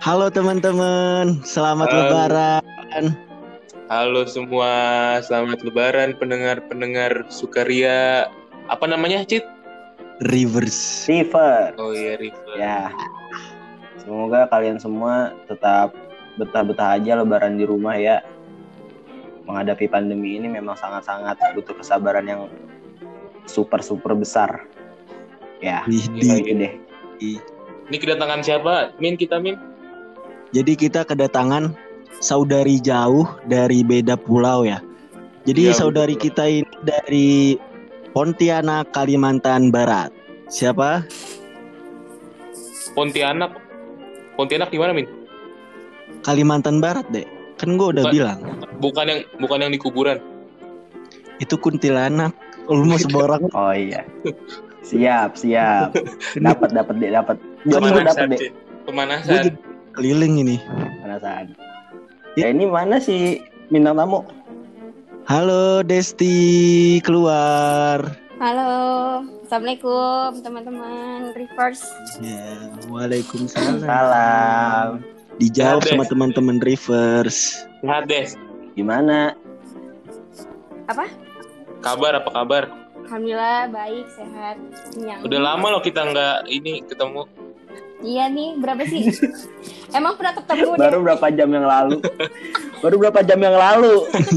Halo teman-teman, selamat Halo, Lebaran. halo semua, selamat Lebaran pendengar-pendengar Sukaria. Apa namanya, Cit? Rivers. River. Oh iya, River. Ya, semoga kalian semua tetap betah-betah aja lebaran di rumah ya. Menghadapi pandemi ini memang sangat-sangat butuh kesabaran yang super besar. Ya, Iya, Widih. gitu deh. Ini kedatangan siapa? Kita, Min. Jadi kita kedatangan saudari jauh dari beda pulau ya. Jadi Iya, saudari betul. kita ini dari Pontianak, Kalimantan Barat. Siapa? Pontianak. Pontianak di mana, Min? Kalimantan Barat, Dek. Kan gue udah Bukan, bilang. bukan yang di kuburan. Itu kuntilanak. Lu mau seborang. Oh iya. Siap. Dapat deh, dapat. Job lu dapat Pemanasan, deh. Cit. Gue Pemanasan. jadi keliling ini. Perasaan. Ini mana sih bintang tamu? Halo Desti, keluar. Halo, Assalamualaikum teman-teman Rivers. Ya, waalaikumsalam. Salam. Dijawab Sehat, sama Des. teman-teman Rivers. Sehat, Des. Gimana? Apa? Apa kabar? Alhamdulillah baik, sehat, kenyang. Udah lama loh kita nggak ini ketemu. Iya nih, berapa sih? Emang pernah ketemu deh? Baru berapa jam yang lalu?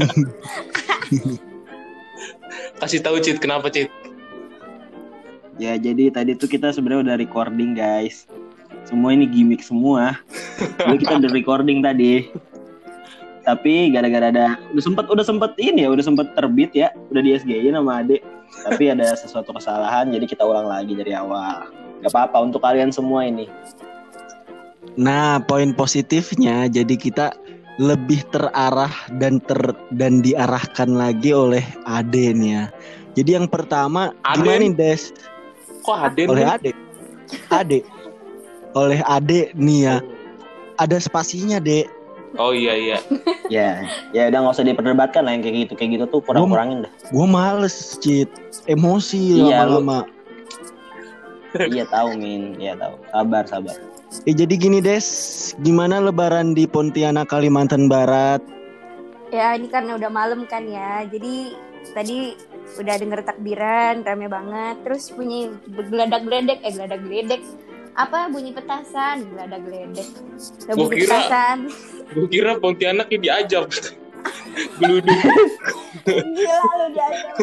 Kasih tahu, Cit, kenapa, Cit? Ya jadi tadi tuh kita sebenarnya udah recording guys. Semua ini gimmick semua. Jadi kita udah recording tadi. Tapi gara-gara udah sempet terbit ya, udah di SG-in sama Ade. Tapi ada sesuatu kesalahan, jadi kita ulang lagi dari awal. Gak apa-apa untuk kalian semua ini. Nah, poin positifnya jadi kita lebih terarah dan diarahkan lagi oleh Aden ya. Jadi yang pertama Aden? gimana nih Des? Kok Aden? Oleh Min? Ade. Oleh Ade nih ya. Ada spasinya, Dek. Oh iya. Ya udah nggak usah diperdebatkan lah yang kayak gitu tuh kurangin dah. Gue males, Cit. Emosi Iya, lama-lama. Iya tahu Min, iya tahu. Sabar. Jadi gini Des, gimana Lebaran di Pontianak Kalimantan Barat? Ya ini karena udah malam kan ya. Jadi tadi udah denger takbiran, rame banget. Terus bunyi geladak-geledek. Apa bunyi petasan? Geladak-geledek. Udah Gua bunyi kira- petasan. Gue kira Pontianaknya diajak. Geluduk. Gila lu diajak.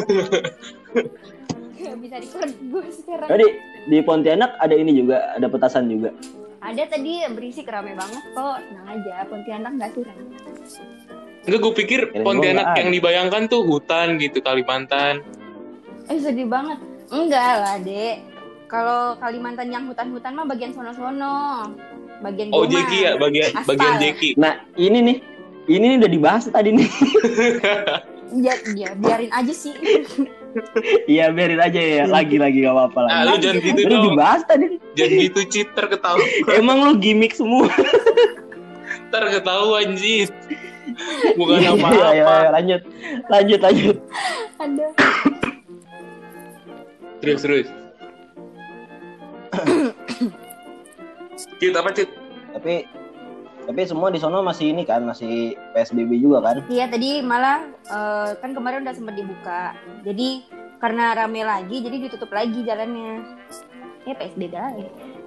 Gak bisa record gue sekarang. Jadi di Pontianak ada ini juga, ada petasan juga. Ada tadi berisik rame banget kok. Tenang aja, Pontianak gak sih rame. Enggak, gue pikir Kirain Pontianak gua nggak yang ada. dibayangkan tuh hutan gitu, Kalimantan. Sedih banget. Enggak lah, Dek. Kalau Kalimantan yang hutan-hutan mah bagian sono-sono. Bagian Oh, gua mah Jeki ya, bagian aspal. Jeki. Nah ini udah dibahas tadi nih. Ya, biarin aja sih. Iya biarin aja ya, lagi gak apa-apa Ah, lagi. lu jangan gitu Udah dong. dibahas tadi. Jangan gitu, Cit, ketahuan. Emang lu gimmick semua. Ketahuan, Cit. Bukan Iya, apa-apa. lanjut. Aduh. Terus. Cit, apa, Cit? Tapi semua di sono masih ini kan, masih PSBB juga kan? Iya, tadi malah kan kemarin udah sempat dibuka. Jadi karena rame lagi, jadi ditutup lagi jalannya. Ya PSBB lagi.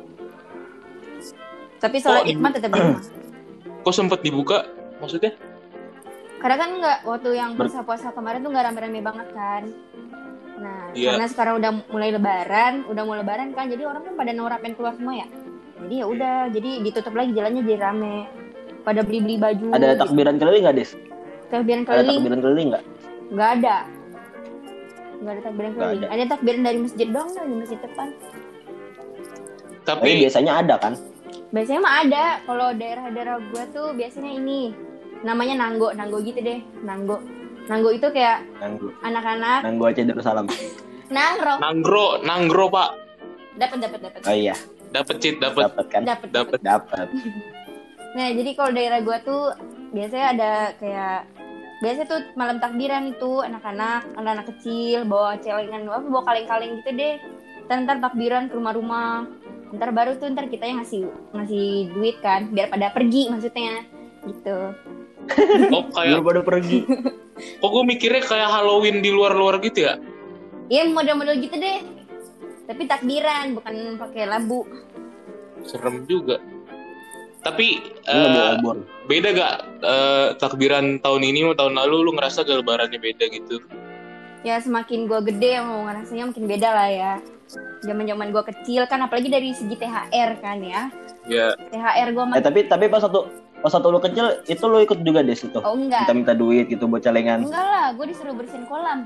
Tapi sholat Id mah tetap di rumah. Kok sempet dibuka? Maksudnya? Karena kan nggak waktu yang puasa kemarin tuh nggak rame-rame banget kan. Nah, Iya. karena sekarang udah mulai lebaran kan, jadi orang kan pada pengen keluar semua ya. Jadi ya udah, jadi ditutup lagi jalannya jadi rame. Pada beli baju. Ada takbiran keliling nggak, Des? Takbiran Ada keliling? takbiran keliling nggak? Nggak ada. Nggak ada takbiran Nggak keliling. ada. Ada takbiran dari masjid doang, di masjid depan. Tapi Tapi biasanya ada kan? Biasanya mah ada. Kalau daerah-daerah gua tuh biasanya ini namanya nanggo gitu deh. Nanggo itu kayak Nanggu anak-anak aja Darussalam. nangro. Nanggro, Pak. Dapat. Oh iya, Dapat, Cit, dapat. dapat kan? Dapat. Dapat. Nah, jadi kalau daerah gua tuh biasanya ada kayak biasanya tuh malam takbiran itu anak-anak kecil bawa celengan bawa kaleng-kaleng gitu deh. Ntar takbiran ke rumah-rumah. Ntar baru tuh kita yang ngasih duit kan, biar pada pergi maksudnya gitu. Oh kayak Baru pada pergi. kok gue mikirnya kayak Halloween di luar-luar gitu ya. Iya model-model gitu deh. Tapi takbiran bukan pakai labu. Serem juga. Tapi Obor. beda gak takbiran tahun ini sama tahun lalu? Lu ngerasa gak lebarannya beda gitu? Ya semakin gue gede mau ngerasanya makin beda lah ya. Zaman gue kecil kan, apalagi dari segi THR kan ya. Ya. THR gue Tapi pas satu lu kecil itu lu ikut juga des itu. Oh enggak. Minta duit gitu buat celengan. Enggak lah, gue disuruh bersihin kolam.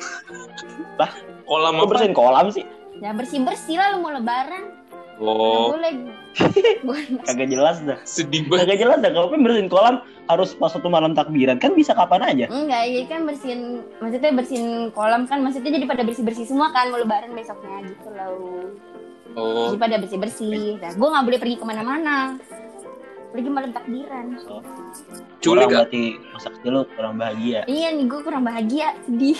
Kolam Lu apa? bersihin kolam sih? Ya bersih lah lu mau lebaran. Oh, Boleh. Kagak jelas dah. sedih banget. Kagak jelas dah. Kalau bersihin kolam harus pas satu malam takbiran kan bisa kapan aja. Enggak, ya kan bersihin kolam kan, maksudnya jadi pada bersih-bersih semua kan, mau lebaran besoknya gitu loh. Oh, Jadi pada bersih-bersih. Nah, gue gak boleh pergi kemana-mana. Pergi malam takbiran. culik Kurang gak? berarti masa kecil lu kurang bahagia. Iya nih, gue kurang bahagia, sedih.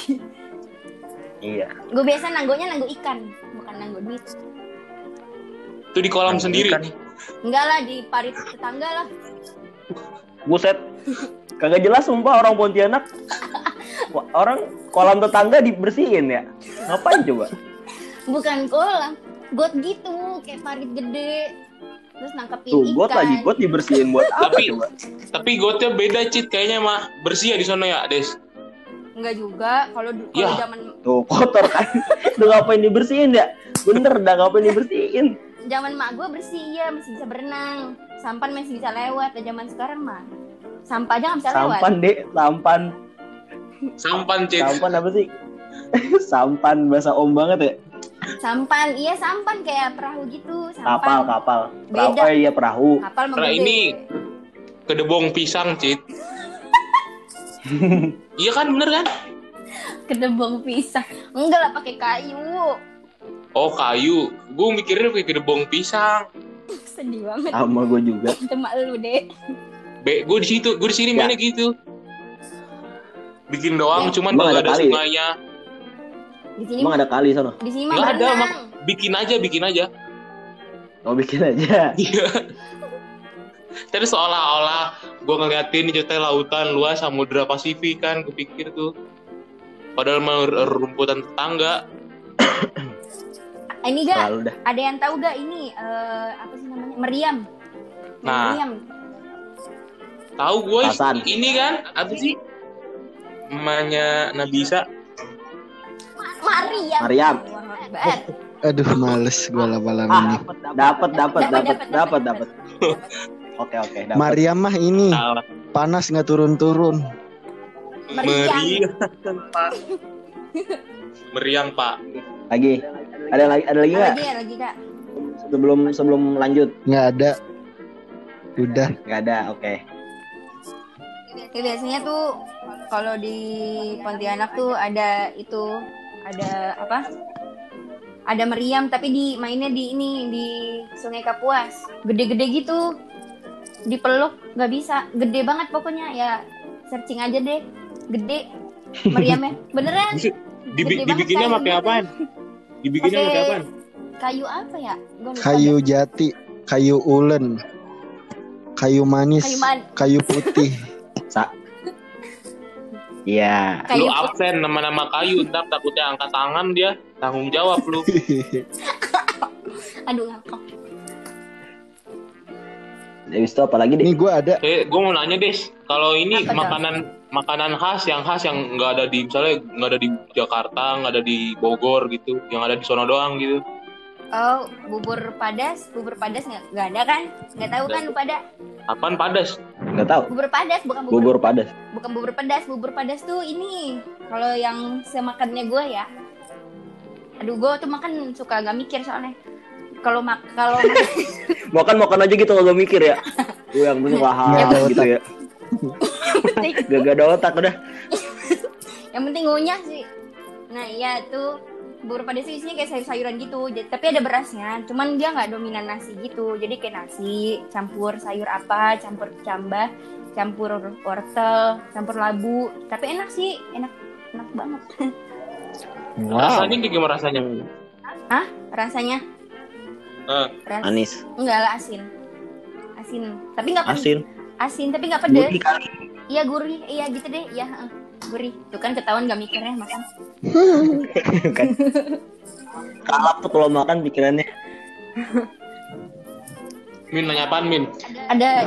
Iya. Gue biasa nanggonya nanggo ikan, bukan nanggo duit. Itu di kolam Nah, sendiri. kan. Enggak lah, di parit tetangga lah. Buset. Kagak jelas sumpah orang Pontianak. Orang kolam tetangga dibersihin ya. Ngapain coba? Bukan kolam, got gitu, kayak parit gede. Terus nangkepin Tuh, ikan. got lagi, got dibersihin buat apa Tapi- coba? Tapi gotnya beda Cit kayaknya mah. Bersih ya di sana ya, Des. Enggak juga, kalau Ya. zaman Tuh, kotor kan. Udah ngapain dibersihin ya? Bener, dah ngapain dibersihin? mak gue bersih ya, masih bisa berenang. Sampan masih bisa lewat. Dan zaman sekarang mah sampah aja nggak bisa lewat. Sampan, Dek, sampan. Sampan Cit. Sampan apa sih? Sampan, bahasa om banget ya? Sampan, iya sampan kayak perahu gitu. Kapal. Sampan. Perahu, Beda. iya perahu. Kapal mah Nah, gede. ini kedebong pisang Cit. Iya kan, bener kan? Kedebong pisang. Enggak lah, pakai kayu. Oh kayu. Gue mikirnya kayak kedebong pisang. Sedih banget. Sama gue juga. Temak lu deh. Gue di situ, gue di sini Ya. mainnya gitu. Bikin doang, Ya. cuman Emang kalau ada ada kali? sungainya. Di sini Emang mah, ada kali sono? di sini mah Nggak ada, berenang. Bikin aja. Mau bikin aja. Iya. Tapi seolah-olah gue ngeliatin nih ceritanya lautan luas Samudra Pasifik kan, gue pikir tuh. Padahal mah rumputan tetangga. Ini gak, Lalu dah. ada yang tahu gak ini apa sih namanya? Meriam. Nah. Meriam. Tahu gue Hasan. ini kan apa sih? Emaknya Nabi Isa. Mariam. Mariam. Allahu Akbar. Aduh, males gue lama-lama ini. Dapat. Oke, dapat. Mariam mah ini Salah. panas nggak turun-turun. Meriam. Pak. Meriang Pak. Lagi. Ada lagi nggak? Lagi kak. Sebelum lanjut. Nggak ada. Udah. Nggak ada. Oke. Ya, biasanya tuh kalau di Pontianak tuh ada apa? Ada meriam tapi mainnya di Sungai Kapuas. Gede-gede gitu. Dipeluk nggak bisa. Gede banget pokoknya ya. Searching aja deh. Gede meriamnya. Beneran. Gede banget Dibikinnya kayu pakai gitu. apaan? Dibikinnya pakai apaan? Kayu apa ya? Gua lupa Kayu deh. jati, kayu ulen, kayu manis, kayu putih. Iya. Lu Kayu absen nama-nama kayu, ntar takutnya angkat tangan dia, tanggung jawab lu. Aduh ngakak. Habis itu apa lagi deh? Nih gue ada. Gue mau nanya Des, kalau ini Apa dong? makanan khas yang nggak ada di misalnya nggak ada di Jakarta, nggak ada di Bogor gitu, yang ada di sono doang gitu. Oh, bubur padas nggak ada kan? Nggak tahu kan lu pada? Apaan padas? Nggak tahu. Bubur padas bukan Bubur padas. bukan bubur pedas. Bubur padas tuh ini kalau yang semakannya gue ya. Aduh, gue tuh makan suka gak mikir soalnya. Kalau Makan aja gitu kalau mikir ya. Gue yang penting Nggak lahap ada gitu ya. Gak ada otak udah. yang penting ngunyah sih. Nah iya tuh bubur padas itu isinya kayak sayur-sayuran gitu. Tapi ada berasnya. Cuman dia nggak dominan nasi gitu. Jadi kayak nasi campur sayur apa, campur kecambah, campur wortel, campur labu. Tapi enak sih, enak banget. Rasanya kayak gimana rasanya? Rasanya Ras. Manis. Enggak lah, asin. Tapi nggak pedes. Asin tapi nggak pedes. Gurih kali. Iya gurih, iya gitu deh, iya gurih. Tuh kan ketahuan nggak mikirnya makan. Kan. Kalap tuh kalau makan pikirannya. Min, nanya apaan, Min? Ada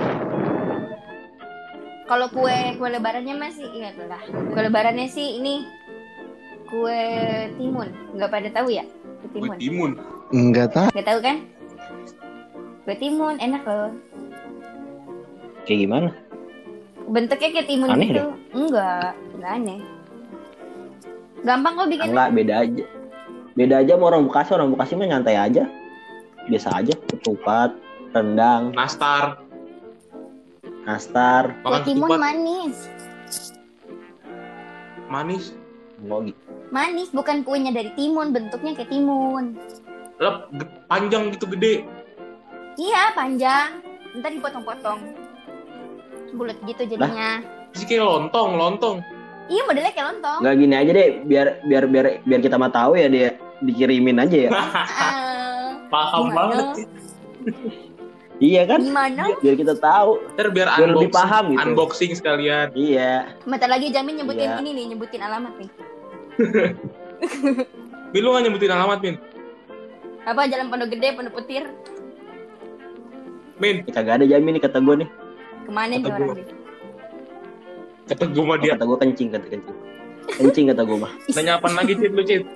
kalau kue lebarannya masih iya lah. Kue lebarannya sih ini kue timun. Nggak pada tahu ya? Kue timun. Timun. Enggak tahu. Nggak tahu kan? Kue timun enak loh. Kayak gimana? Bentuknya kayak timun Aneh gitu. Enggak aneh. Gampang kok bikin. Enggak, beda aja sama orang Bekasi mah nyantai aja, biasa aja, ketupat, rendang, Nastar. nastar, Kue Makan timun ketupat. Manis. enggak gitu. Manis bukan kuenya dari timun, bentuknya kayak timun. Panjang gitu gede. Iya, panjang. Ntar dipotong-potong. Bulat gitu jadinya. Sih kayak lontong. Iya, modelnya kayak lontong. Enggak gini aja deh, biar kita mah tahu ya dia dikirimin aja ya. Paham Gimana? banget sih. Iya kan? Gimana? Biar kita tahu. Ntar biar Biar lebih paham gitu. Unboxing sekalian. Iya. Bentar lagi Jamin nyebutin Iya. ini nih, nyebutin alamat nih. Min, lu gak nyebutin alamat, Min? Apa Jalan Pondok Gede, Pondok Petir? Min, Kagak ada Jamin nih kata gue nih. Kemana nih Kata orang gua. nih? kata gue mah dia. Kata gue kencing. Kencing kata gue mah. Nanya apaan lagi, Cid, lu, Cid?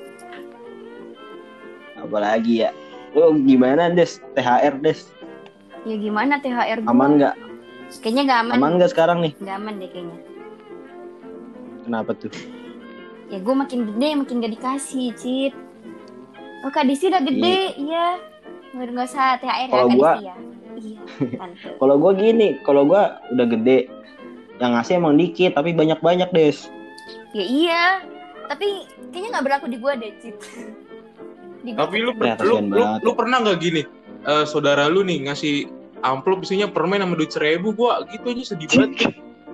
Apalagi ya. Lu gimana Des? THR Des? Ya gimana THR gua? Aman nggak? Kayaknya nggak aman. Aman nggak sekarang nih? Nggak aman deh kayaknya. Kenapa tuh? Ya gue makin gede, makin gak dikasih, Cid. Oh, Kak Disi udah gede, iya. Nggak usah THR ya, Kalau Kak gua- Disi ya. Iya, tante. Kalau gue gini, kalau gue udah gede, yang ngasih emang dikit tapi banyak Des. Ya iya, tapi kayaknya nggak berlaku di gue deh, Cid. Di gua Tapi lu, Ya, kasihan banget. lu pernah gak gini? Saudara lu nih ngasih amplop isinya permen sama duit 1.000, gua gitu aja sedih banget.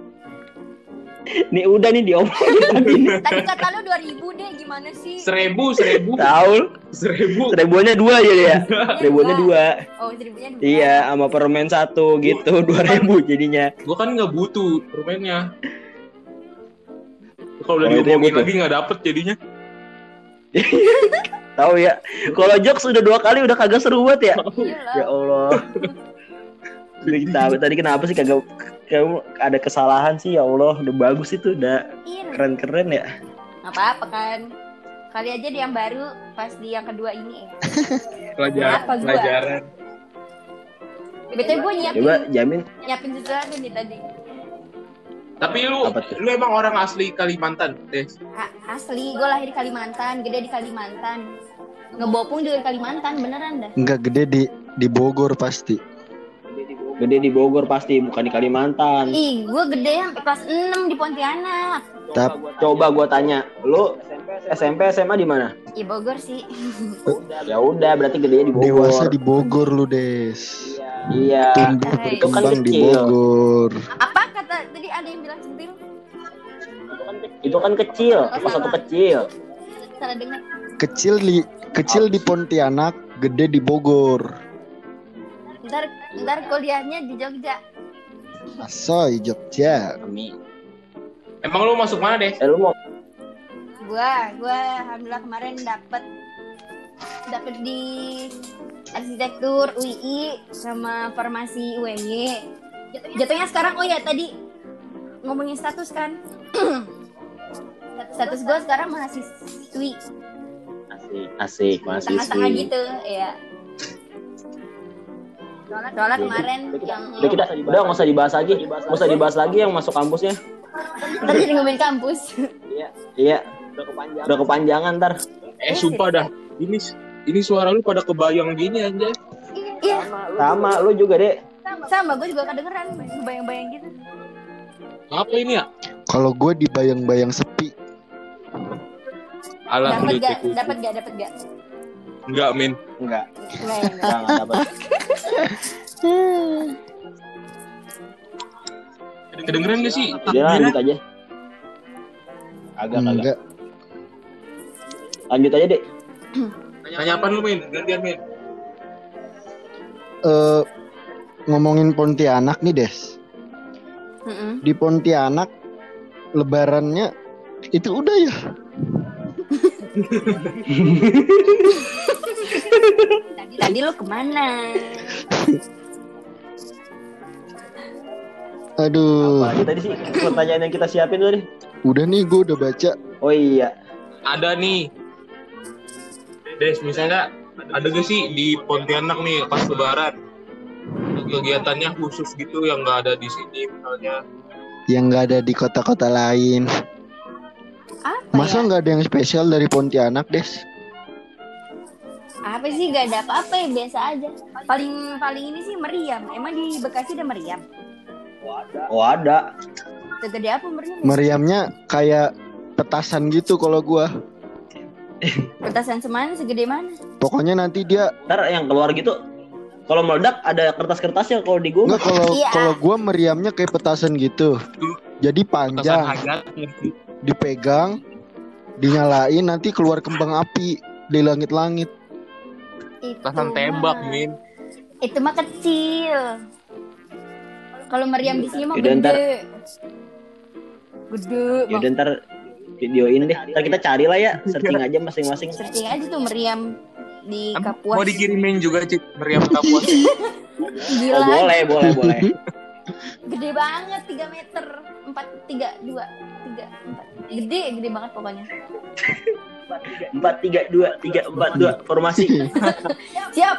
Nih udah nih diomongin tadi. Tadi kata lu 2.000 deh, gimana sih? 1.000. Tahu? 1.000. Seribuannya 2 aja deh ya. Seribuannya 2. Oh, 1.000-nya 2. Iya, sama permen 1 gitu, 2.000 jadinya. Gua kan nggak butuh permennya. Kalau udah Oh, itu yang diomongin butuh. lagi nggak dapet jadinya. Tahu ya? Kalau jokes udah 2 kali udah kagak seru banget ya. Iyalah. Ya Allah. Tadi kenapa sih kagak kamu ada kesalahan sih ya Allah, udah bagus itu, udah Iya, keren-keren ya. nggak apa-apa kan. Kali aja di yang baru, pas di yang kedua ini ya. Apa gua? Pelajaran. Betul gue Coba Jamin nyiapin sesuatu nih tadi. Tapi Apa tuh? lu emang orang asli Kalimantan, Des. Asli, gue lahir di Kalimantan, gede di Kalimantan. Ngebopong juga di Kalimantan, beneran dah. Enggak gede di Bogor pasti. gede di Bogor pasti, bukan di Kalimantan. Ih, gue gede sampai kelas 6 di Pontianak. Coba gua tanya, lu SMP SMA di mana? Ih, Bogor sih. Ya udah, berarti gedenya di Bogor. Dewasa di Bogor lu, Des. Iya. Tumbuh Itu kan berkembang di kecil. Bogor. Apa kata tadi ada yang bilang centil? Itu kan kecil, Oh, satu salah. kecil. Salah dengar. Kecil di Pontianak, gede di Bogor. Ntar kuliahnya di Jogja. Asoy Jogja. Amin. Emang lu masuk mana, Des? Lu mau Gua alhamdulillah kemarin dapet di arsitektur UI sama farmasi UNY. Jatuhnya sekarang, oh ya tadi ngomongin status kan. Status gue sekarang mahasiswi, asik, tengah-tengah mahasiswi. gitu ya. Soalnya kemarin yang Udah kita, udah nggak usah dibahas lagi yang masuk kampusnya. ntar jadi ngomongin kampus. Iya, udah kepanjangan ntar. Sumpah dah. Ini suara lu pada kebayang gini aja. Iya, Sama, lu juga deh. sama gue juga kedengeran bayang-bayang gitu. Apa ini ya? Kalau gue dibayang-bayang sepi. Alah, Dapat udah gak? cukup. Dapat gak? Enggak, Min. Enggak, Enggak ya, enggak. enggak dapat. Kedengeran gak sih? Udah lanjut aja. Agak. Enggak. Lanjut aja deh. Nanya apa lu, Min? Gantian, Min. ngomongin Pontianak nih Des. Di Pontianak lebarannya itu udah ya. Tadi lo kemana? Aduh. Apalagi tadi sih pertanyaan yang kita siapin tuh nih. Udah nih, gue udah baca. Oh iya. Ada nih. Des, misalnya ada gak sih di Pontianak nih pas lebaran kegiatannya khusus gitu yang nggak ada di sini misalnya? Yang nggak ada di kota-kota lain. Apa Masa ya? nggak ada yang spesial dari Pontianak, Des? Apa sih, gak ada apa-apa ya, biasa aja. Paling ini sih meriam. Emang di Bekasi ada meriam? Oh ada. Segede apa meriam? Meriamnya kayak petasan gitu kalau gua. Petasan semana segede mana? Pokoknya nanti dia Ntar yang keluar gitu. Kalau meledak ada kertas-kertasnya kalau di gua. nggak Iya. kalau gua meriamnya kayak petasan gitu. Jadi Petasan panjang, hajat. dipegang, dinyalain, nanti keluar kembang api di langit-langit. Petasan tembak, Min. Itu mah kecil. Kalau meriam di sini mah Yaudah, gede. ntar. Gede Yaudah banget. ntar videoin deh. Ntar kita cari lah ya. Searching aja masing-masing. Searching aja tuh meriam di Kapuas. Mau dikirimin juga, Cik, meriam Kapuas. Gila. Oh boleh. Gede banget 3 meter. 4, 3, 2, 3, 4. Gede banget pokoknya. 4-3-2-3-4-2 formasi. Siap.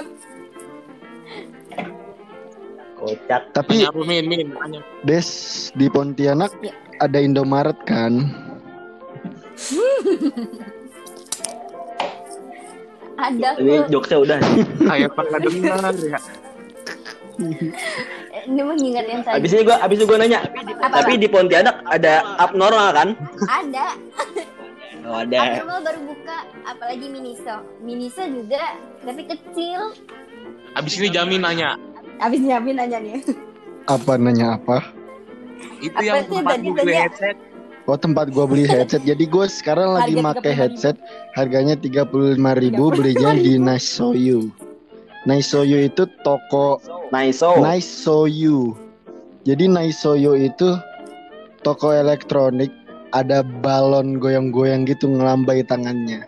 Kocak. Tapi Apa, Min? Tanya. Des, di Pontianak Ya. ada Indomaret kan? Ada Ini kok. jokesnya udah. Kayak pernah dengar ya. Ini mengingatkan saya. Abis ini gua nanya. Apa? Tapi di Pontianak ada abnormal kan? Ada. Oh ada. Abnormal baru buka, apalagi Miniso. Miniso juga, tapi kecil. Abis ini Jamin nanya. Abis nyamin nanya nih. Apa nanya apa? Itu Apa yang sih tempat tadi beli tanya? headset. Oh, tempat gua beli headset. Jadi gue sekarang lagi Harga make 35.000. headset. Harganya 35.000, belinya di Nice Soyu. Nice Soyu itu toko Nice. Nice Soyu. Jadi Nice Soyu itu toko elektronik, ada balon goyang-goyang gitu ngelambai tangannya.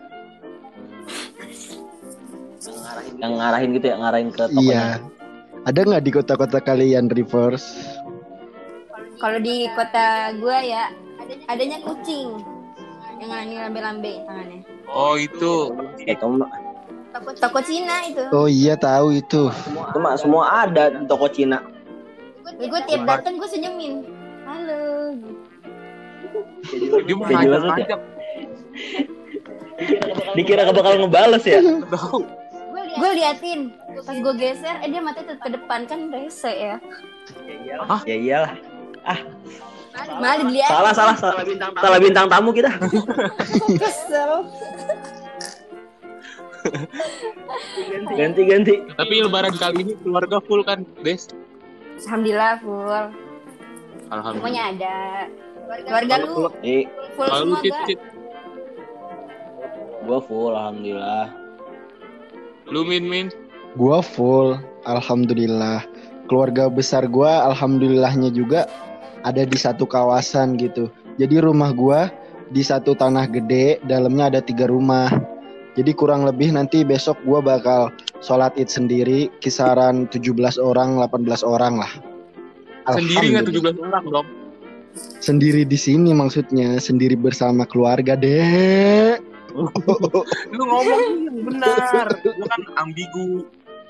Yang ngarahin gitu ya, ngarahin ke tokonya. Iya. Ada nggak di kota-kota kalian reverse? Kalau di kota gua ya, adanya kucing. Yang lambe-lambe tangannya. Oh, itu. Itu Toko Cina itu. Oh iya tahu itu. mah semua ada di toko Cina. Gue tiap dateng gue senyumin. Halo. Dia mau Kayak jelas ngajak-ngajak. Dikira bakal ngebales ya. Tahu. Gue liatin. Pas gue geser, dia matanya ke depan kan rese ya. Ya iyalah. Malah diliatin. Salah bintang tamu kita. Kesel. Ganti. Tapi lebaran kali ini keluarga full kan, Des? Alhamdulillah full. Alhamdulillah. Semuanya ada. Keluarga lu full Kalau lu semua Cit, gak? Cit. Gua full alhamdulillah. Lu Min. Gua full, alhamdulillah. Keluarga besar gua alhamdulillahnya juga ada di satu kawasan gitu. Jadi rumah gua di satu tanah gede, dalamnya ada 3 rumah. Jadi kurang lebih nanti besok gua bakal sholat id sendiri, kisaran 17 orang, 18 orang lah. Sendiri nggak Alhamdulillah. 17 orang dong? Sendiri di sini maksudnya, sendiri bersama keluarga, Dek. Lu ngomong yang benar. Lu kan ambigu.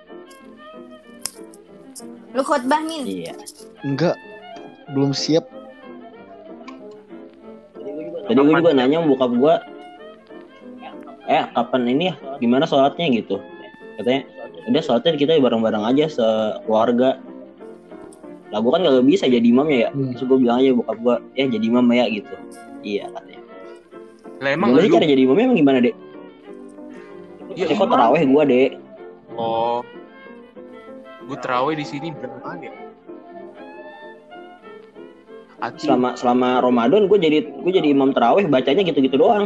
Lu khotbah Min. Iya. Enggak, belum siap. Tadi gue juga nanya sama bokap gue, kapan ini ya, gimana sholatnya gitu. Katanya, udah sholatnya kita bareng-bareng aja sekeluarga. Lah gue kan gak bisa jadi imamnya ya. Terus gue bilang aja bokap gue, jadi imam ya gitu. Iya katanya. Lah emang Gimana sih lu? cara jadi imamnya emang gimana dek? Ya, Kok imam. terawih gue dek. Oh. Gue terawih di sini berapa kali ya? Aci. Selama Ramadan gue jadi imam terawih, bacanya gitu-gitu doang.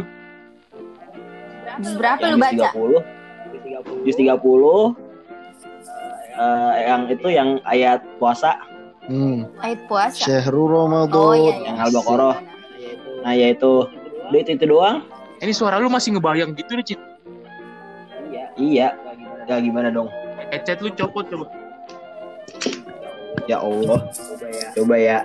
Juz berapa lu baca? 30. Juz 30. yang itu yang ayat puasa Ayat puasa. Syahrul Ramadan. Oh iya, yang Al-Baqarah. Nah ya itu. Udah itu doang. Ini suara lu masih ngebayang gitu nih, Cit. Iya. Ya gimana dong? Headset lu copot coba. Ya Allah. Coba ya.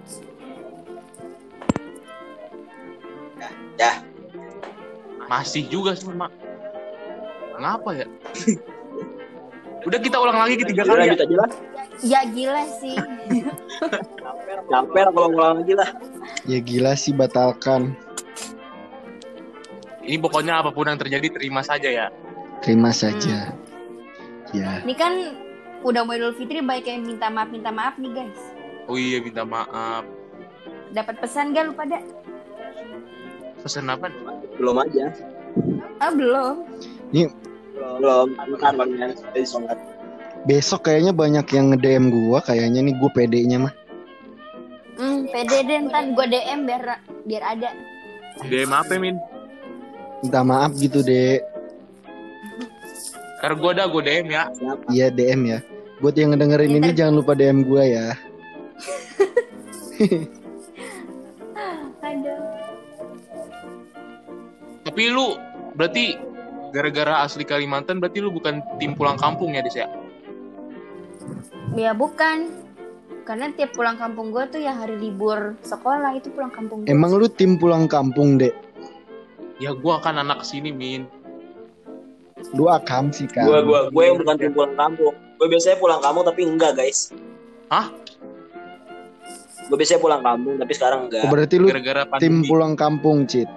Dah. Masih juga sama. Ngapa ya? Udah kita ulang lagi ketiga kali ya. Lanjut aja lah. Ya gila sih. Capek kalau ngulang lagi lah. Ya gila sih, batalkan. Ini pokoknya apapun yang terjadi terima saja ya. Terima saja. Ya. Ini kan udah mau Idul Fitri, banyak yang minta maaf nih guys. Oh iya, minta maaf. Dapat pesan gak lu pada? Pesan apa? Belum aja. Belum. Ini Belum. Ntar bagian dari sholat. besok kayaknya banyak yang nge-DM gua, kayaknya nih gue PD-nya mah. Pede deh, ntar gue DM biar ada. DM apa, Min? Minta maaf gitu, Dek. Karena gue DM ya. Siapa? Iya, DM ya. Buat yang ngedengerin ini jangan lupa DM gua ya. Aduh. Tapi lu berarti gara-gara asli Kalimantan berarti lu bukan tim pulang kampung ya, Des ya? Ya bukan. Karena tiap pulang kampung gue tuh ya hari libur sekolah itu pulang kampung gue. Emang lu tim pulang kampung, Dek? Ya gua kan anak sini, Min. Lu akam sih kan. Gue yang bukan tim pulang kampung. Gue biasanya pulang kampung tapi enggak guys. Hah? Gue biasanya pulang kampung tapi sekarang enggak. Oh, berarti lu Gara-gara tim pandemi. pulang kampung, Cit.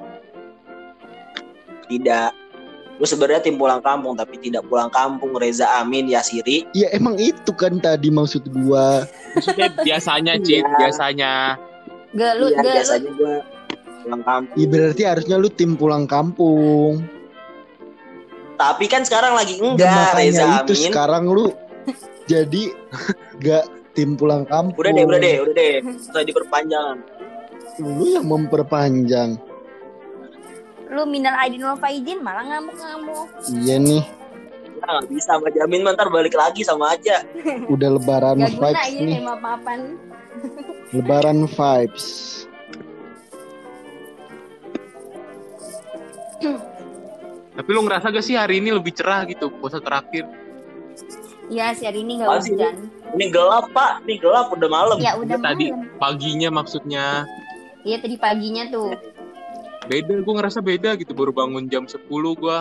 Tidak. Gue sebenarnya tim pulang kampung tapi tidak pulang kampung. Reza Amin Yasiri. Ya emang itu kan tadi maksud gua. Maksudnya biasanya, Cit, Iya. biasanya. Gelut. Biasanya gue pulang kampung. Iya berarti harusnya lu tim pulang kampung. Tapi kan sekarang lagi Ya, enggak makanya Reza itu Amin. sekarang lu jadi gak tim pulang kampung. Udah deh. Usah diperpanjang. Lu yang memperpanjang. Lu minal aidin wal faizin malah ngamuk-ngamuk. Iya nih, Nah, nggak bisa sama Jamin ntar balik lagi sama aja. udah lebaran Gak guna vibes ya nih. kayak maaf-maafan. Lebaran vibes. Tapi lu ngerasa gak sih hari ini lebih cerah gitu puasa terakhir? Ya si hari ini gak Masih. hujan. Ini gelap pak, ini gelap udah malam. Ya udah Tadi malam. paginya maksudnya. Iya tadi paginya tuh. Beda, gue ngerasa beda gitu. Baru bangun jam 10 gue.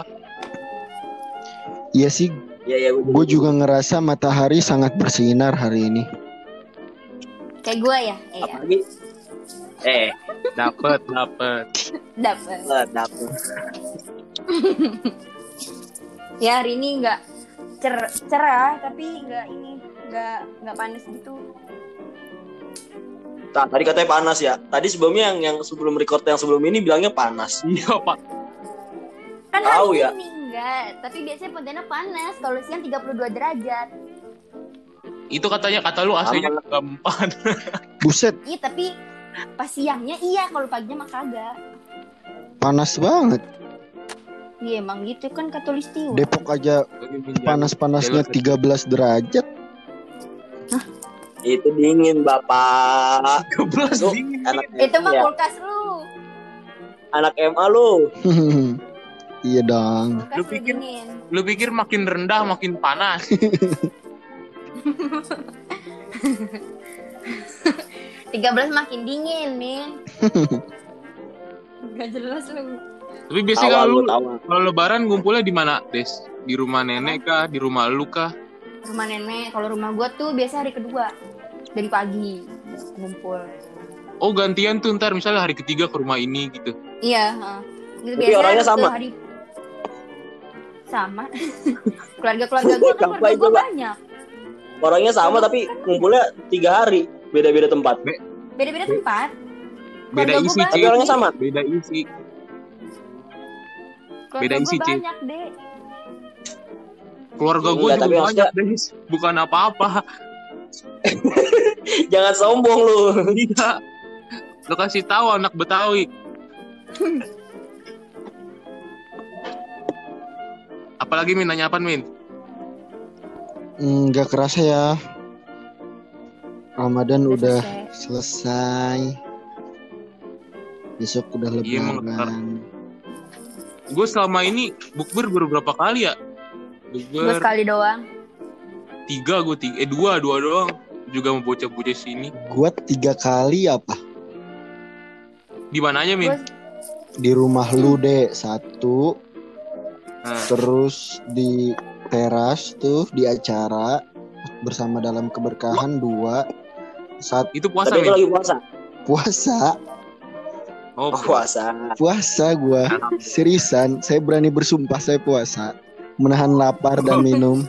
Iya sih, Iya gue juga ngerasa matahari sangat bersinar hari ini. Kayak gue ya. Iya. Apalagi Dapet. Dapet. dapet. Ya hari ini nggak cerah tapi nggak panas gitu. Nah, tadi katanya panas ya. Tadi sebelumnya yang sebelum record yang sebelum ini bilangnya panas. Iya, Pak. Kan Tahu hari ya. ini enggak, tapi biasanya Pontianak panas. Kalau siang 32 derajat. Itu katanya kata lu aslinya keempat. Buset, Iya tapi pas siangnya iya, kalau paginya mah kagak. panas banget. Iya emang gitu kan katulistiwa. Depok aja panas-panasnya 13 derajat. Itu dingin bapak. 13 Lu dingin. anak Itu mah ya, kulkas lu. anak MA lu. Iya dong. Kulkas Lu lu pikir- dingin. Lu pikir makin rendah makin panas. 13 makin dingin, Min. Gak jelas lu. Tapi biasanya kalau lu Tawa. kalau lebaran ngumpulnya di mana, Des? Di rumah nenek kah? Di rumah lu kah? Rumah nenek, kalau rumah gua tuh biasa hari kedua. Dari pagi ngumpul. Oh, gantian tuh ntar misalnya hari ketiga ke rumah ini gitu. Iya, Gitu Tapi orangnya tuh sama? Sama. Keluarga-keluarga gua kan Sampai keluarga gua coba. banyak. Orangnya sama tapi ngumpulnya 3 hari. Beda-beda tempat. Beda-beda tempat. Beda Keluarga gua isi, banyak. Tapi Cik. orangnya sama. Beda isi. Keluarga beda isi, gua Ci. banyak, Dek. Keluarga gue Enggak, juga tapi banyak, Des. Bukan apa-apa. Jangan sombong lu. Iya. Lu kasih tahu anak Betawi. Apalagi Min, nanya apa Min? Nggak kerasa ya. Ramadan udah selesai. selesai. Besok udah Iya, emang lebaran. Gue selama ini bukber baru berapa kali ya? Gue Bukber sekali doang. 2 doang. Juga mau bocah-bocah sini. Gua 3 kali apa? Di mananya, Min? Gue Di rumah lu deh 1, Nah, terus di teras tuh di acara bersama dalam keberkahan 2, itu puasa, Tapi itu Min? lagi puasa. puasa. Oh, Oh, puasa. Puasa gua. Seriusan, saya berani bersumpah saya puasa. Menahan lapar dan minum.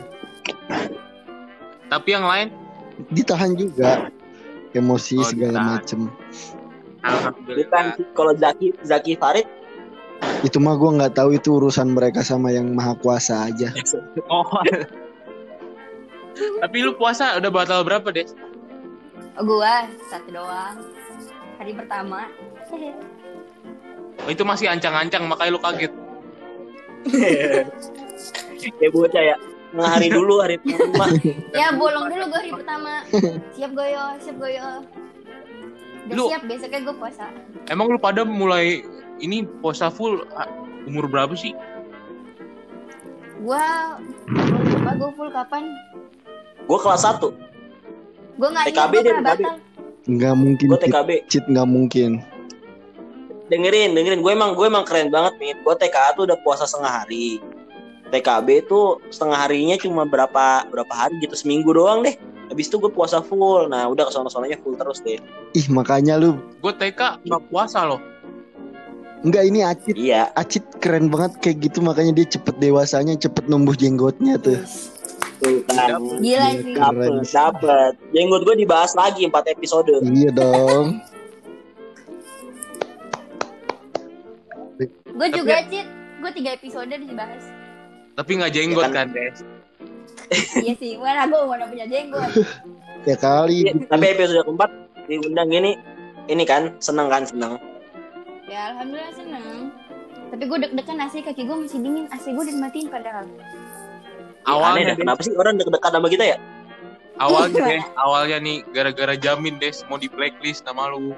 Tapi yang lain, Ditahan juga. Emosi Oh, segala ditahan. macem. Bukan alhamdulillah. kalau Zaki Farid. Itu mah gua nggak tahu, itu urusan mereka sama yang maha kuasa aja. Oh. Tapi lu puasa udah batal berapa, Des? gue 1 doang. Hari pertama. Oh, itu masih ancang-ancang, makanya lu kaget. Kayak bocah ya. Hari dulu, hari pertama. Ya bolong dulu gue hari pertama. Siap goyo. Udah Lu- siap, besoknya gue puasa. Emang lu pada mulai ini puasa full umur berapa sih? Gue full kapan? Gue kelas 1. Gue nggak ingat TKB gue deh, pernah TKB. batal. Nggak mungkin. Gue TKB. Cheat nggak mungkin. Dengerin. Gue emang keren banget, Min. Gue TKA tuh udah puasa setengah hari. TKB tuh setengah harinya cuma berapa hari gitu, seminggu doang deh. Habis itu gue puasa full. Nah, udah kesono-sononya full terus deh. Ih, makanya lu. Gue TK nggak puasa loh. Enggak, ini Acit. Iya. Acit keren banget kayak gitu, makanya dia cepet dewasanya, cepet numbuh jenggotnya tuh. Tuh kan. Gila sih. Keren. Dapet. Jenggot gue dibahas lagi 4 episode. Iya dong. Gue juga Cit. Gue 3 episode dibahas. Tapi nggak jenggot Ya kan? kan, Des? Iya sih. Mana gue mana punya jenggot. Ya kali. Iya, tapi episode keempat diundang gini. Ini kan seneng. Ya alhamdulillah seneng. Tapi gue deg-degan asli, kaki gue masih dingin. AC gue udah dimatiin padahal. Aneh Awalnya, dah, kenapa sih orang deket-dekat sama kita ya? awalnya nih gara-gara Jamin, Des, mau di blacklist nama lu.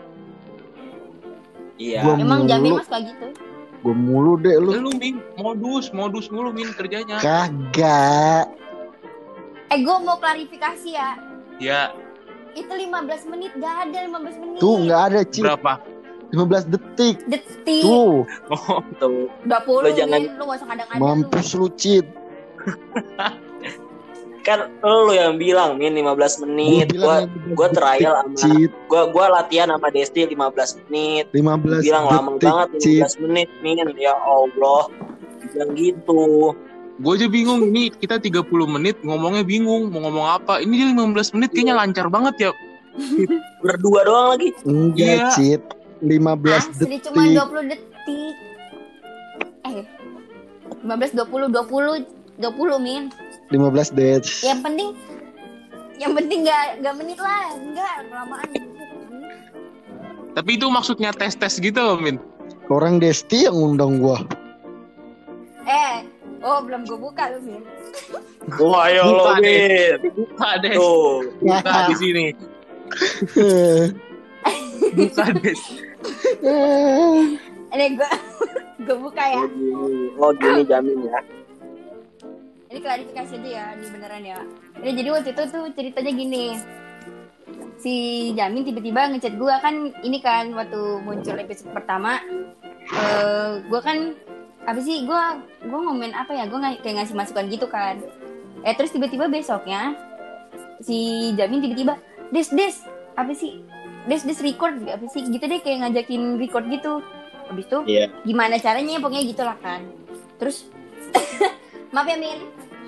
Iya. Gua Emang mulu. Jamin mas kayak gitu. Gue mulu deh lu. Lu Min, modus mulu Min kerjanya. Kagak. Gue mau klarifikasi ya. Ya, Itu 15 menit, gak ada 15 menit. Tuh nggak ada Cit. berapa? 15 detik. Detik. Tuh. Oh, Tuh. 20 Lu jangan- Min. Lu gak usah kadang-kadang. Mampus lu Cit. Kan lu yang bilang Min 15 menit. Gua trial sama Cit. gua latihan sama Desti 15 menit. 15 Bilang lama detik banget Cit. 15 menit Min. Ya Allah. Bilang gitu. gue aja bingung nih, kita 30 menit ngomongnya bingung mau ngomong apa. Ini dia 15 menit kayaknya lancar banget ya. Berdua doang lagi. Enggak Iya. Cit. 15 Asli detik. cuma 20 detik. 15, 20 Min. 15 detik. Yang penting gak menit lah. Enggak, kelamaan. Tapi itu maksudnya tes gitu, Min. Orang Desti yang undang gua. Belum gue buka lu Min. Wah, ayo lo Buka, Min. Buka, Des. Tuh. Buka di sini. Buka, Des. Ini gue buka ya. Oh gini Jamin ya. Ini klarifikasi aja ya, ini beneran ya. Ini jadi waktu itu tuh ceritanya gini. Si Jamin tiba-tiba ngechat gue kan, ini kan waktu muncul episode pertama. Gue kan apa sih, gue ngomen apa ya, gue kayak ngasih masukan gitu kan. Terus tiba-tiba besoknya si Jamin tiba-tiba Des apa sih, Des record apa sih gitu deh, kayak ngajakin record gitu. Habis itu gimana caranya, pokoknya gitulah kan. Terus maaf ya Min.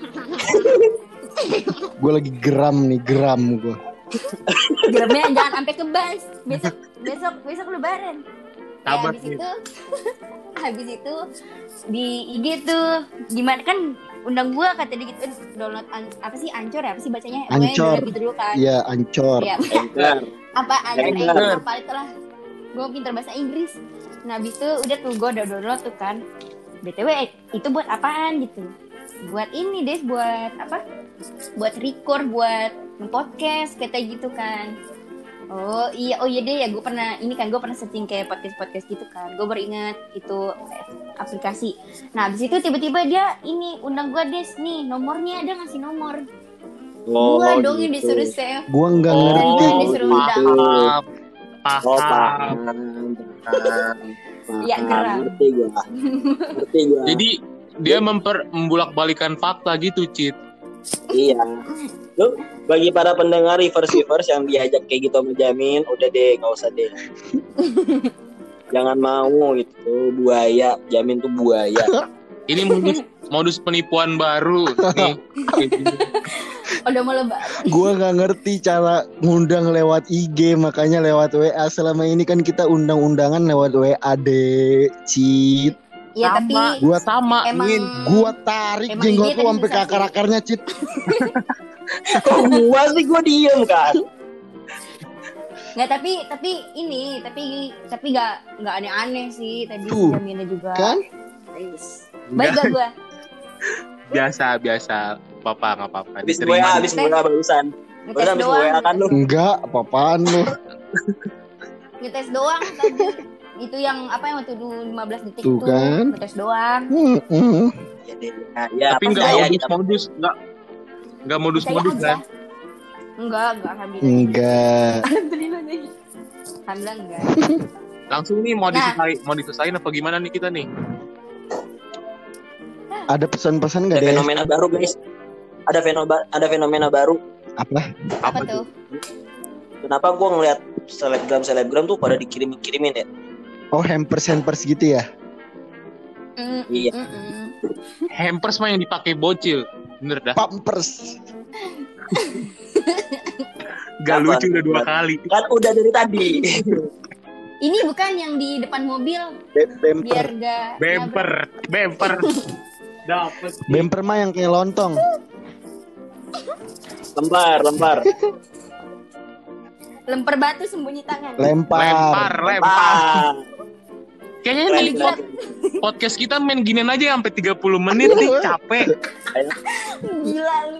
Gue lagi geram gue. Geramnya jangan sampai kebas. Besok lebaran. Sabar, Habis itu di IG tuh gimana kan undang gua, kata dia gitu, download apa sih Anchor ya, apa sih bacanya? Anchor. Gitu dulu kan. Iya, Anchor. Ya. apa Anchor apa itulah. Gua pintar bahasa Inggris. Nah, habis itu udah tuh gua udah download tuh kan. BTW itu buat apaan gitu? Buat ini Des, buat apa? buat record, buat podcast kata gitu kan. Oh iya deh ya, gue pernah searching kayak podcast gitu kan. Gue baru ingat itu aplikasi. Nah abis itu tiba-tiba dia ini undang gue, Des nih nomornya, ada ngasih nomor. Gue dong yang disuruh save. Gua nggak ngerti. Gue yang disuruh undang. Paham. Ya geram. Ngerti gua. Jadi dia membulak-balikan fakta gitu, Cit. Iya. Lu bagi para pendengar reverse yang diajak kayak gitu sama Jamin, udah deh, nggak usah deh. Jangan mau gitu, buaya. Jamin tuh buaya. Ini modus penipuan baru nih. Udah mau lebaran. Gua nggak ngerti cara ngundang lewat IG, makanya lewat WA. Selama ini kan kita undang-undangan lewat WA deh, Cit. Ya Sama. tapi Gua Sama, emang Min. Gua tarik Emang jenggot dia lu tadi sampai ke susah sih. akar-akarnya, Cit. Kok gua sih gua diem kan? nggak tapi nggak aneh-aneh sih tadi Tuh, Jaminnya juga. Kan? Baik gak gue? Biasa. Papa nggak apa-apa. Habis Diterima. WA barusan. Ngetes Barusan habis doang. WA kan lu. Enggak, apa-apaan lu. Ngetes doang tadi. Itu yang apa yang waktu dulu 15 detik Tuh itu kan. ngetes doang. Ya deh. Ya, Tapi pas nggak saya modus-modus, nggak modus-modus Percaya kan? aja. Enggak alhamdulillah. Enggak. Alhamdulillah nih. Alhamdulillah enggak. Langsung nih mau diselesain apa gimana nih kita nih? Ada pesan-pesan ada enggak deh? fenomena baru guys. Ada fenomena baru. Apa? Apa tuh? Kenapa gua ngeliat selebgram tuh pada dikirimin ya? Oh, hampers gitu ya? Iya. Hampers mah yang dipakai bocil. Bener dah. Pampers. Gak Apa? lucu udah 2 kali. Kan udah dari tadi. Ini bukan yang di depan mobil biar Bemper. enggak Bemper. Dapet. Bemper mah yang kayak lontong. Lempar. lempar batu sembunyi tangan. Lempar. Lempar. Kayaknya Keren, nih keren. podcast kita main ginian aja sampai 30 menit nih, capek. Gila lu.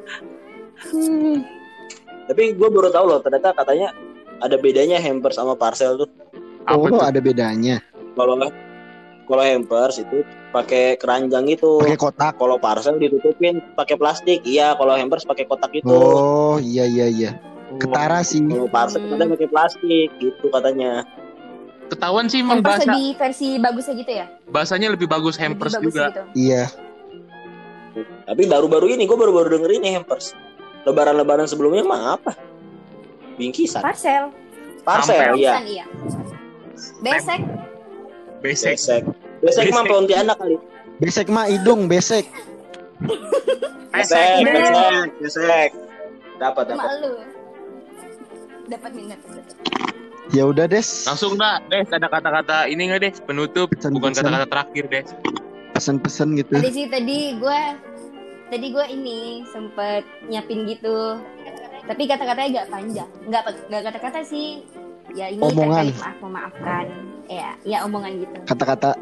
Tapi gue baru tahu loh, ternyata katanya ada bedanya hampers sama parcel tuh. Apa Oh, tuh? ada bedanya. Kalau hampers itu pakai keranjang itu. Pakai kotak. Kalau parcel ditutupin pakai plastik. Iya, kalau hampers pakai kotak itu. Oh, iya. Ketara sih. Kalau parcel katanya pakai plastik gitu katanya. Ketahuan sih emang Hampers bahasa lebih versi bagusnya gitu ya? bahasanya lebih bagus hampers Lebih bagus juga. gitu. Iya. Tapi baru-baru ini gue baru denger ini hampers. Lebaran sebelumnya mah apa? Bingkisan. Parcel. Parcel ya. Bingkisan, iya. Besek. Besek. Besek mah Pontianak kali. Besek mah hidung, besek. Besek. Besek. Dapat. Sama lu. Dapat minat. Ya udah, Des. Langsung dah, Des, ada kata-kata ini nggak Des? Penutup, Pesan-pesan. bukan kata-kata terakhir, Des. Pesan-pesan gitu. Tadi gue ini sempet nyiapin gitu. Tapi kata-katanya agak panjang. Enggak kata-kata sih. Ya ini Omongan. terkait memaafkan. Ya omongan gitu. Kata-kata.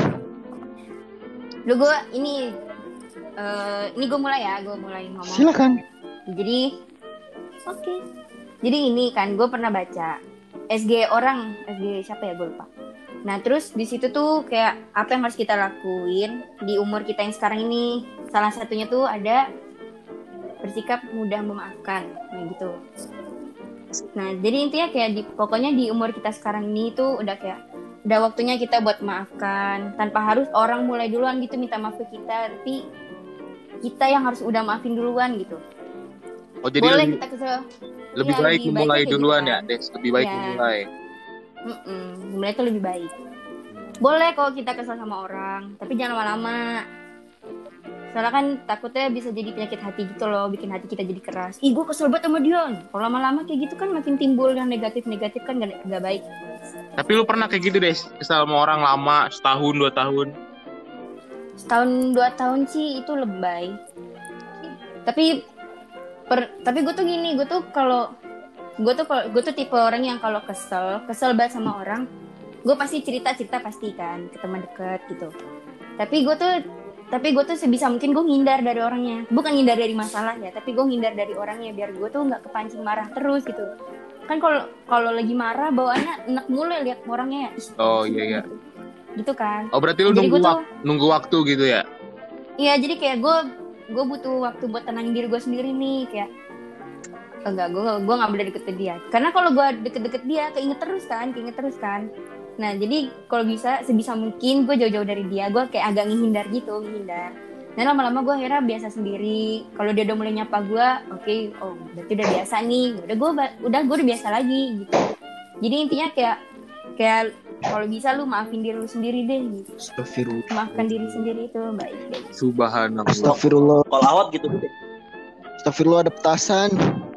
Lu gue ini gue mulai ngomong. Silakan. Jadi oke. Jadi ini kan gue pernah baca SG siapa ya gue lupa. Nah terus di situ tuh kayak apa yang harus kita lakuin di umur kita yang sekarang ini. Salah satunya tuh ada bersikap mudah memaafkan, gitu. Nah jadi intinya kayak pokoknya di umur kita sekarang ini tuh udah waktunya kita buat maafkan tanpa harus orang mulai duluan gitu minta maaf ke kita, tapi kita yang harus udah maafin duluan gitu. Oh, jadi Boleh kita kesel. lebih Iya, baik lebih memulai baik duluan kayak ya, gitu Des. Lebih baik Iya. memulai. Mulai itu lebih baik. Boleh kalau kita kesel sama orang, tapi jangan lama-lama. Soalnya kan takutnya bisa jadi penyakit hati gitu loh, bikin hati kita jadi keras. Ih, gue kesel banget sama dia. Kalau lama-lama kayak gitu kan makin timbul yang negatif-negatif kan gak baik. Tapi lu pernah kayak gitu, Des? Kesal sama orang lama, setahun, 2 tahun. Setahun 2 tahun sih itu lebay. Tapi gue tuh gini, gue tuh tipe orang yang kalau kesel banget sama orang, gue pasti cerita pasti kan ke teman dekat gitu. Tapi gue tuh Tapi gue tuh sebisa mungkin gue ngindar dari orangnya. Bukan ngindar dari masalah ya, tapi gue ngindar dari orangnya biar gue tuh nggak kepancing marah terus gitu. Kan kalau lagi marah bawaannya enak mulu ya lihat orangnya. Oh iya. Gitu kan. Oh berarti lu Jadi nunggu waktu gitu ya? Iya, jadi kayak gue butuh waktu buat tenangin diri gue sendiri nih, kayak enggak, gue nggak boleh deket ke dia. Karena kalau gue deket-deket dia keinget terus kan. Nah, jadi kalau bisa sebisa mungkin gue jauh-jauh dari dia, gue kayak agak menghindar. Dan lama-lama gue akhirnya biasa sendiri. Kalau dia udah mulai nyapa gue, oke, oh berarti udah biasa nih. Gue udah biasa lagi gitu. Jadi intinya kayak kalau bisa lu maafin diri lu sendiri deh gitu. Astagfirullah. Maafkan diri sendiri itu baik. Subhanallah. Astagfirullah. Kalau awat gitu. Astagfirullah, ada petasan.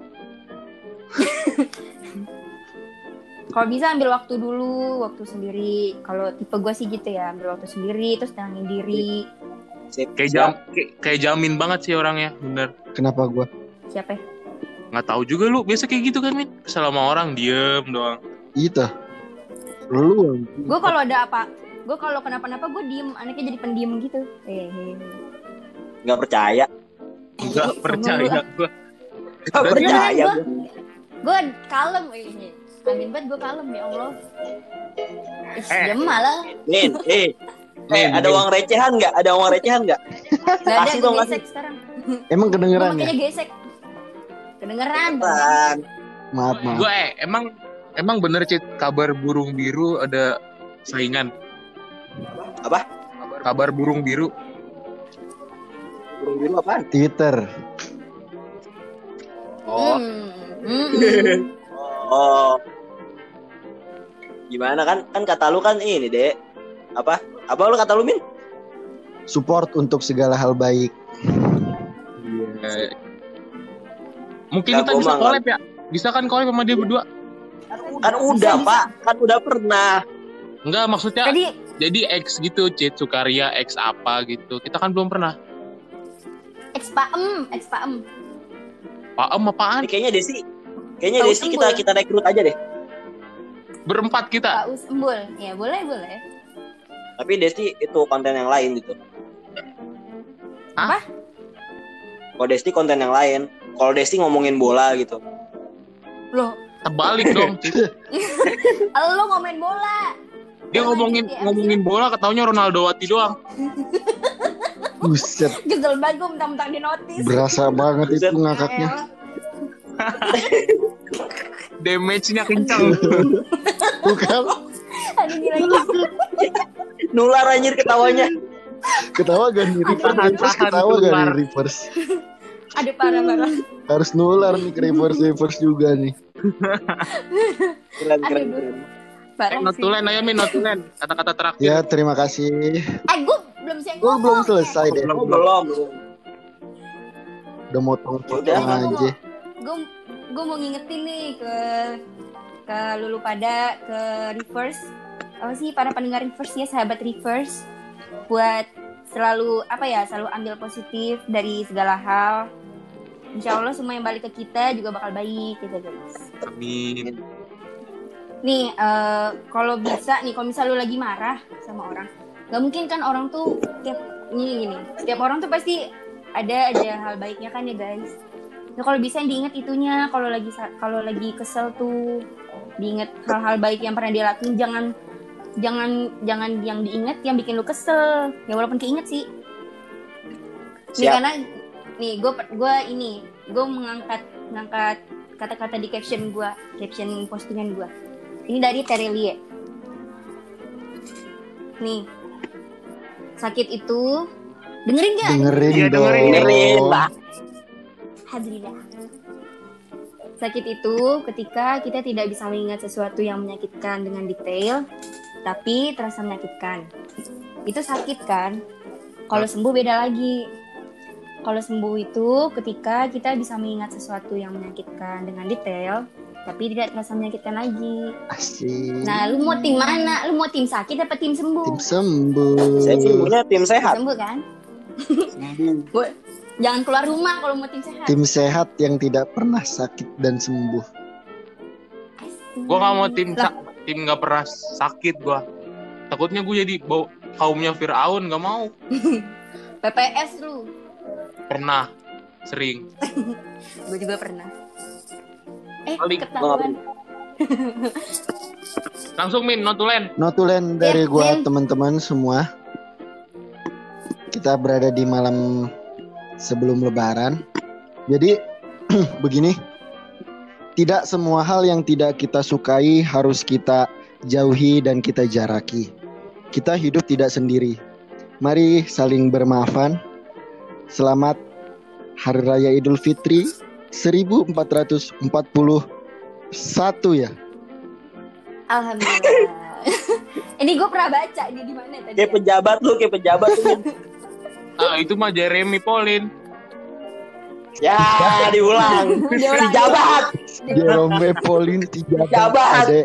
Kalau bisa ambil waktu dulu, waktu sendiri. Kalau tipe gue sih gitu ya, ambil waktu sendiri, terus tenangin diri. Kayak jamin banget sih orangnya, bener. Kenapa gua? Siapa ya? Nggak tahu juga lu, biasa kayak gitu kan, Min? Kesel sama orang, diem doang. Itu. Lu. Gue kalau kenapa-napa gue diem, anaknya jadi pendiam gitu. Nggak percaya. Nggak percaya gue. Nggak percaya. Gue kalem, amin banget gue kalem ya Allah. Diem malah. Nin, ada Min. uang recehan nggak? Ada uang recehan nggak? Gak ada, Kasih dong, gue gesek sekarang. Emang kedengeran Gue ya? makanya gesek. Kedengeran. Maaf. Gue emang bener Cit, kabar burung biru ada saingan. Apa? Kabar burung biru. Burung biru apaan? Twitter. Oh. Oh. Gimana kan kata lu kan ini, Dek. Apa lu kata lu, Min? Support untuk segala hal baik. Mungkin Nah, kita bisa collab ya? Bisa kan collab sama dia berdua? Kan udah, Bisa. Pak. Kan udah pernah. Enggak, maksudnya Tadi jadi X gitu, Cit, Sukaria X apa gitu. Kita kan belum pernah. Expaem. Paem apaan? Kayaknya Desi Paus Embul. kita rekrut aja deh. Berempat kita. Paus Embul. Ya boleh. Tapi Desi itu konten yang lain gitu. Apa? Kalau Desi konten yang lain. Kalau Desi ngomongin bola gitu. Loh, Terbalik dong, Cit. lo ngomongin bola. Dia ngomongin bola, ketaunya Ronaldo Wati doang. Buset, Jegel banget gue mentang-mentang di notis. berasa banget itu ngakaknya. Damage-nya kencang. Bukan, Aduh gila. Nular anjir ketawanya. ketawa gak nih reverse, ketawa gak nih reverse. Ada parah. Harus nular nih ke reverse juga nih. Keren. Parah sih. Notulen, ayo Min, notulen. Kata-kata terakhir. Ya, terima kasih. Gue belum siap Gue ngomong. belum selesai deh. Oh, belum. Udah motong-potong Udah. aja. Gue mau ngingetin nih ke lulu pada, ke reverse. Apa sih para pendengar reverse ya, sahabat reverse, buat selalu ambil positif dari segala hal. Insya Allah semua yang balik ke kita juga bakal baik gitu guys. Amin. Nih kalau misal lu lagi marah sama orang, nggak mungkin kan orang tuh setiap orang tuh pasti ada aja hal baiknya kan ya guys. Nah, kalau bisa diingat itunya, kalau lagi kesel tuh diingat hal-hal baik yang pernah dia lakuin, jangan yang diingat yang bikin lu kesel. Ya walaupun keinget sih. Nih, karena nih gue mengangkat kata-kata di caption postingan gue. Ini dari Terelie. Nih, sakit itu dengerin gak? Dengerin Iya, dong. Dengerin, Pak. Alhamdulillah. Sakit itu ketika kita tidak bisa mengingat sesuatu yang menyakitkan dengan detail, tapi terasa menyakitkan. Itu sakit kan? Kalau sembuh beda lagi. Kalau sembuh itu ketika kita bisa mengingat sesuatu yang menyakitkan dengan detail, tapi tidak terasa menyakitkan lagi. Asik. Nah, lu mau tim mana? Lu mau tim sakit apa tim sembuh? Tim sembuh. Saya sembuhnya tim sehat. Sembuh kan? Jangan keluar rumah kalau mau tim sehat. Tim sehat yang tidak pernah sakit dan sembuh. Gue gak mau tim gak pernah sakit gue. Takutnya gue jadi kaumnya Fir'aun, gak mau. PPS lu. Pernah. Sering. Gue juga pernah. Paling- Ketahuan. Langsung Min, notulen. Notulen dari gua Min. teman-teman semua. Kita berada di malam sebelum lebaran. Jadi begini, tidak semua hal yang tidak kita sukai harus kita jauhi dan kita jaraki. Kita hidup tidak sendiri. Mari saling bermaafan. Selamat Hari Raya Idul Fitri 1441 ya. Alhamdulillah. Ini gue pernah baca di mana tadi. Kayak pejabat lu. Itu mah Jeremy Pauline. Ya, diulang. Pejabat. Jerome Pauline Jabat. Tijabat Adek.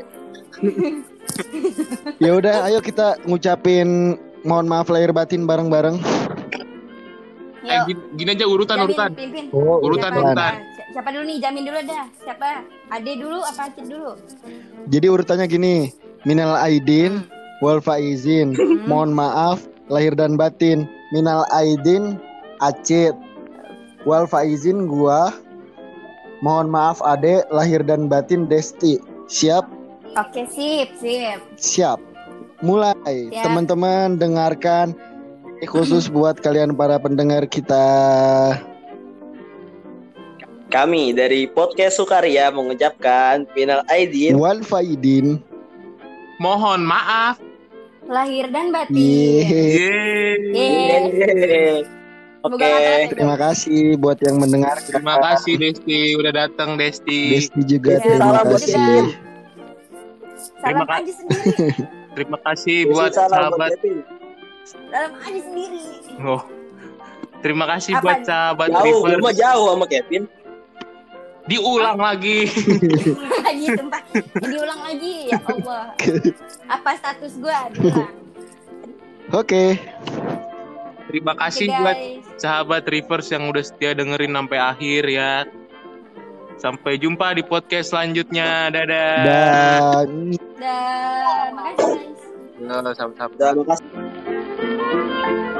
Ya udah, ayo kita ngucapin mohon maaf lahir batin bareng-bareng. Yuk. Gini aja urutan. Pimpin. Oh, Urutan. Siapa dulu nih? Jamin dulu dah. Siapa? Ade dulu apa Acit dulu? Jadi urutannya gini, minal aidin wal faizin. Mohon maaf lahir dan batin. Minal aidin Acit, wal faizin gua. Mohon maaf Ade, lahir dan batin Desti. Siap? Oke, sip. Siap. Mulai. Siap. Teman-teman dengarkan. Ini khusus buat kalian para pendengar kita. Kami dari Podcast Sukaria mengucapkan minal aidin Wal faizin. Mohon maaf. Lahir dan batin. Yeay. Yeay. Oke. Semoga nggak Terima kasih buat yang mendengar. Terima kasih Desti udah datang Desti. Desti juga Ya, terima salam buat kasih. Kevin. Salam aja sendiri. Terima kasih buat Salam sahabat. Kevin. Salam aja sendiri. Oh. Terima kasih Apa? buat sahabat Jauh, gue River. mah jauh sama Kevin. Diulang lagi. Lagi sumpah. Diulang lagi ya Allah. Apa status gue? Diulang. Oke. Terima Oke, kasih buat guys. sahabat Rivers yang udah setia dengerin sampai akhir ya. Sampai jumpa di podcast selanjutnya. Dadah. Dan Dan makasih guys. Ya, sama-sama. Terima kasih.